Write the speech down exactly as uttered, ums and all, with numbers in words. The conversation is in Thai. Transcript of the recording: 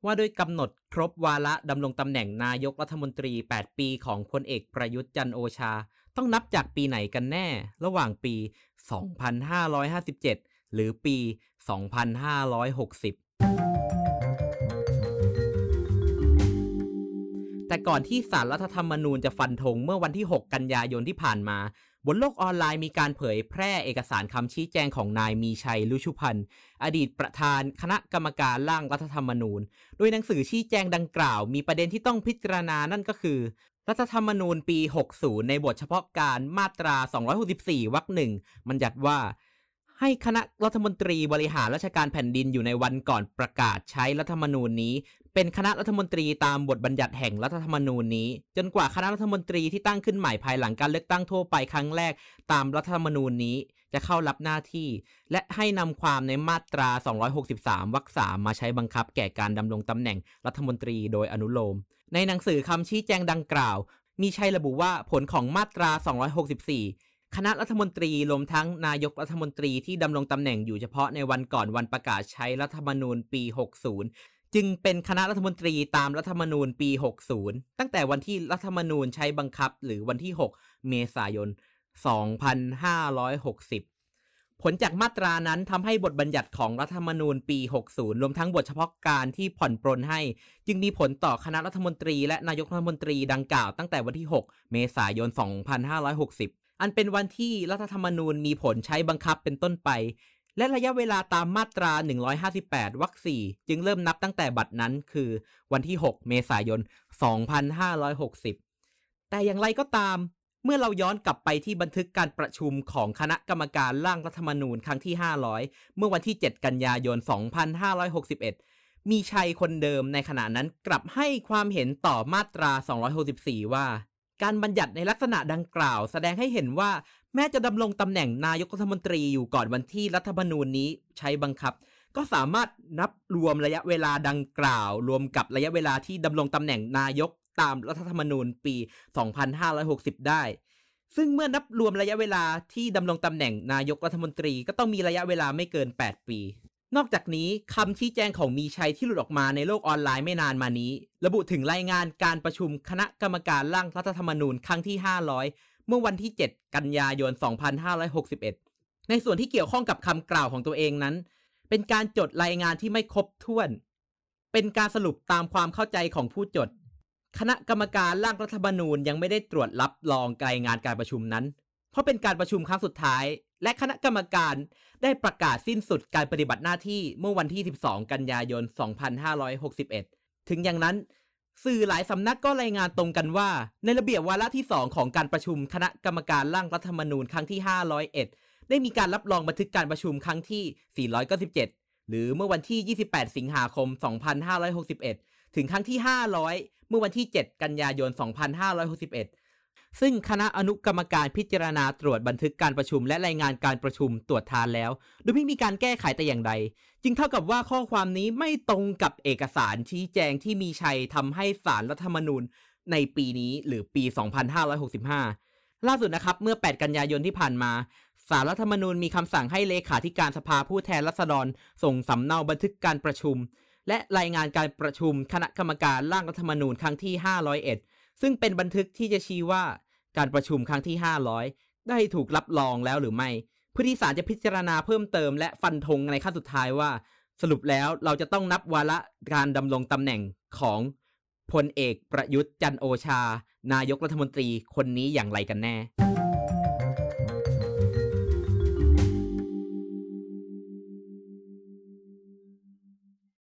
ว่าด้วยกำหนดครบวาระดำรงตำแหน่งนายกรัฐมนตรีแปดปีของพลเอกประยุทธ์จันทร์โอชาต้องนับจากปีไหนกันแน่ระหว่างปี สองพันห้าร้อยห้าสิบเจ็ด หรือปี สองพันห้าร้อยหกสิบ แต่ก่อนที่ศาลรัฐธรรมนูญจะฟันธงเมื่อวันที่ หก กันยายนที่ผ่านมาบนโลกออนไลน์มีการเผยแพร่เอกสารคำชี้แจงของนายมีชัย ฤชุพันธ์อดีตประธานคณะกรรมการร่างรัฐธรรมนูญโดยหนังสือชี้แจงดังกล่าวมีประเด็นที่ต้องพิจารณานั่นก็คือรัฐธรรมนูญปี หกสิบ ในบทเฉพาะการมาตรา สองร้อยหกสิบสี่ วรรคหนึ่งบัญญัติว่าให้คณะรัฐมนตรีบริหารราชการแผ่นดินอยู่ในวันก่อนประกาศใช้รัฐธรรมนูญนี้เป็นคณะรัฐมนตรีตามบทบัญญัติแห่งรัฐธรรมนูญนี้จนกว่าคณะรัฐมนตรีที่ตั้งขึ้นใหม่ภายหลังการเลือกตั้งทั่วไปครั้งแรกตามรัฐธรรมนูญนี้จะเข้ารับหน้าที่และให้นำความในมาตรา สองร้อยหกสิบสาม วรรค สาม มาใช้บังคับแก่การดำรงตำแหน่งรัฐมนตรีโดยอนุโลมในหนังสือคำชี้แจงดังกล่าวมีชัยระบุว่าผลของมาตรา สองร้อยหกสิบสี่คณะรัฐมนตรีรวมทั้งนายกรัฐมนตรีที่ดำรงตำแหน่งอยู่เฉพาะในวันก่อนวันประกาศใช้รัฐธรรมนูญปี หกสิบ จึงเป็นคณะรัฐมนตรีตามรัฐธรรมนูญปี หกสิบ ตั้งแต่วันที่รัฐธรรมนูญใช้บังคับหรือวันที่ หก เมษายน สองพันห้าร้อยหกสิบ ผลจากมาตรานั้นทำให้บทบัญญัติของรัฐธรรมนูญปี หกสิบ รวมทั้งบทเฉพาะการที่ผ่อนปรนให้จึงมีผลต่อคณะรัฐมนตรีและนายกรัฐมนตรีดังกล่าวตั้งแต่วันที่ หก เมษายน สองพันห้าร้อยหกสิบ อันเป็นวันที่รัฐธรรมนูญมีผลใช้บังคับเป็นต้นไปและระยะเวลาตามมาตรา หนึ่งร้อยห้าสิบแปด วรรค สี่ จึงเริ่มนับตั้งแต่บัดนั้นคือวันที่ หก เมษายน สองพันห้าร้อยหกสิบ แต่อย่างไรก็ตามเมื่อเราย้อนกลับไปที่บันทึกการประชุมของคณะกรรมการร่างรัฐธรรมนูญครั้งที่ ห้าร้อย เมื่อวันที่ เจ็ด กันยายน สองพันห้าร้อยหกสิบเอ็ด มีชัยคนเดิมในขณะนั้นกลับให้ความเห็นต่อมาตรา สองร้อยหกสิบสี่ ว่าการบัญญัติในลักษณะดังกล่าวแสดงให้เห็นว่าแม้จะดำรงตำแหน่งนายกรัฐมนตรีอยู่ก่อนวันที่รัฐธรรมนูญนี้ใช้บังคับก็สามารถนับรวมระยะเวลาดังกล่าวรวมกับระยะเวลาที่ดำรงตำแหน่งนายกตามรัฐธรรมนูญปี สองพันห้าร้อยหกสิบ ได้ซึ่งเมื่อนับรวมระยะเวลาที่ดำรงตำแหน่งนายกรัฐมนตรีก็ต้องมีระยะเวลาไม่เกินแปดปีนอกจากนี้คำชี้แจงของมีชัยที่หลุดออกมาในโลกออนไลน์ไม่นานมานี้ระบุถึงรายงานการประชุมคณะกรรมการร่างรัฐธรรมนูญครั้งที่ ห้าร้อย เมื่อวันที่ เจ็ด กันยายน สองพันห้าร้อยหกสิบเอ็ด ในส่วนที่เกี่ยวข้องกับคำกล่าวของตัวเองนั้นเป็นการจดรายงานที่ไม่ครบถ้วนเป็นการสรุปตามความเข้าใจของผู้จดคณะกรรมการร่างรัฐธรรมนูญยังไม่ได้ตรวจรับรองรายงานการประชุมนั้นเพราะเป็นการประชุมครั้งสุดท้ายและคณะกรรมการได้ประกาศสิ้นสุดการปฏิบัติหน้าที่เมื่อวันที่ สิบสอง กันยายน สองพันห้าร้อยหกสิบเอ็ด ถึงอย่างนั้นสื่อหลายสำนักก็รายงานตรงกันว่าในระเบียบวาระที่สองของการประชุมคณะกรรมการร่างรัฐธรรมนูญครั้งที่ ห้าร้อยเอ็ด ได้มีการรับรองบันทึกการประชุมครั้งที่ สี่ร้อยเก้าสิบเจ็ด หรือเมื่อวันที่ ยี่สิบแปด สิงหาคม สองพันห้าร้อยหกสิบเอ็ด ถึงครั้งที่ ห้าร้อย เมื่อวันที่ เจ็ด กันยายน สองพันห้าร้อยหกสิบเอ็ด ซึ่งคณะอนุกรรมการพิจารณาตรวจบันทึกการประชุมและรายงานการประชุมตรวจทานแล้วโดยไม่มีการแก้ไขแต่อย่างใดจึงเท่ากับว่าข้อความนี้ไม่ตรงกับเอกสารชี้แจงที่มีชัยทำให้ศาลรัฐธรรมนูญในปีนี้หรือปี สองพันห้าร้อยหกสิบห้า ล่าสุดนะครับเมื่อ แปด กันยายนที่ผ่านมาศาลรัฐธรรมนูญมีคำสั่งให้เลขาธิการสภาผู้แทนราษฎรส่งสำเนาบันทึกการประชุมและรายงานการประชุมคณะกรรมการร่างรัฐธรรมนูญครั้งที่ ห้าร้อยเอ็ด ซึ่งเป็นบันทึกที่จะชี้ว่าการประชุมครั้งที่ ห้าร้อย ได้ถูกรับรองแล้วหรือไม่เพื่อที่ศาลจะพิจารณาเพิ่มเติมและฟันธงในขั้นสุดท้ายว่าสรุปแล้วเราจะต้องนับวาระการดำรงตำแหน่งของพลเอกประยุทธ์จันทร์โอชานายกรัฐมนตรีคนนี้อย่างไรกันแน่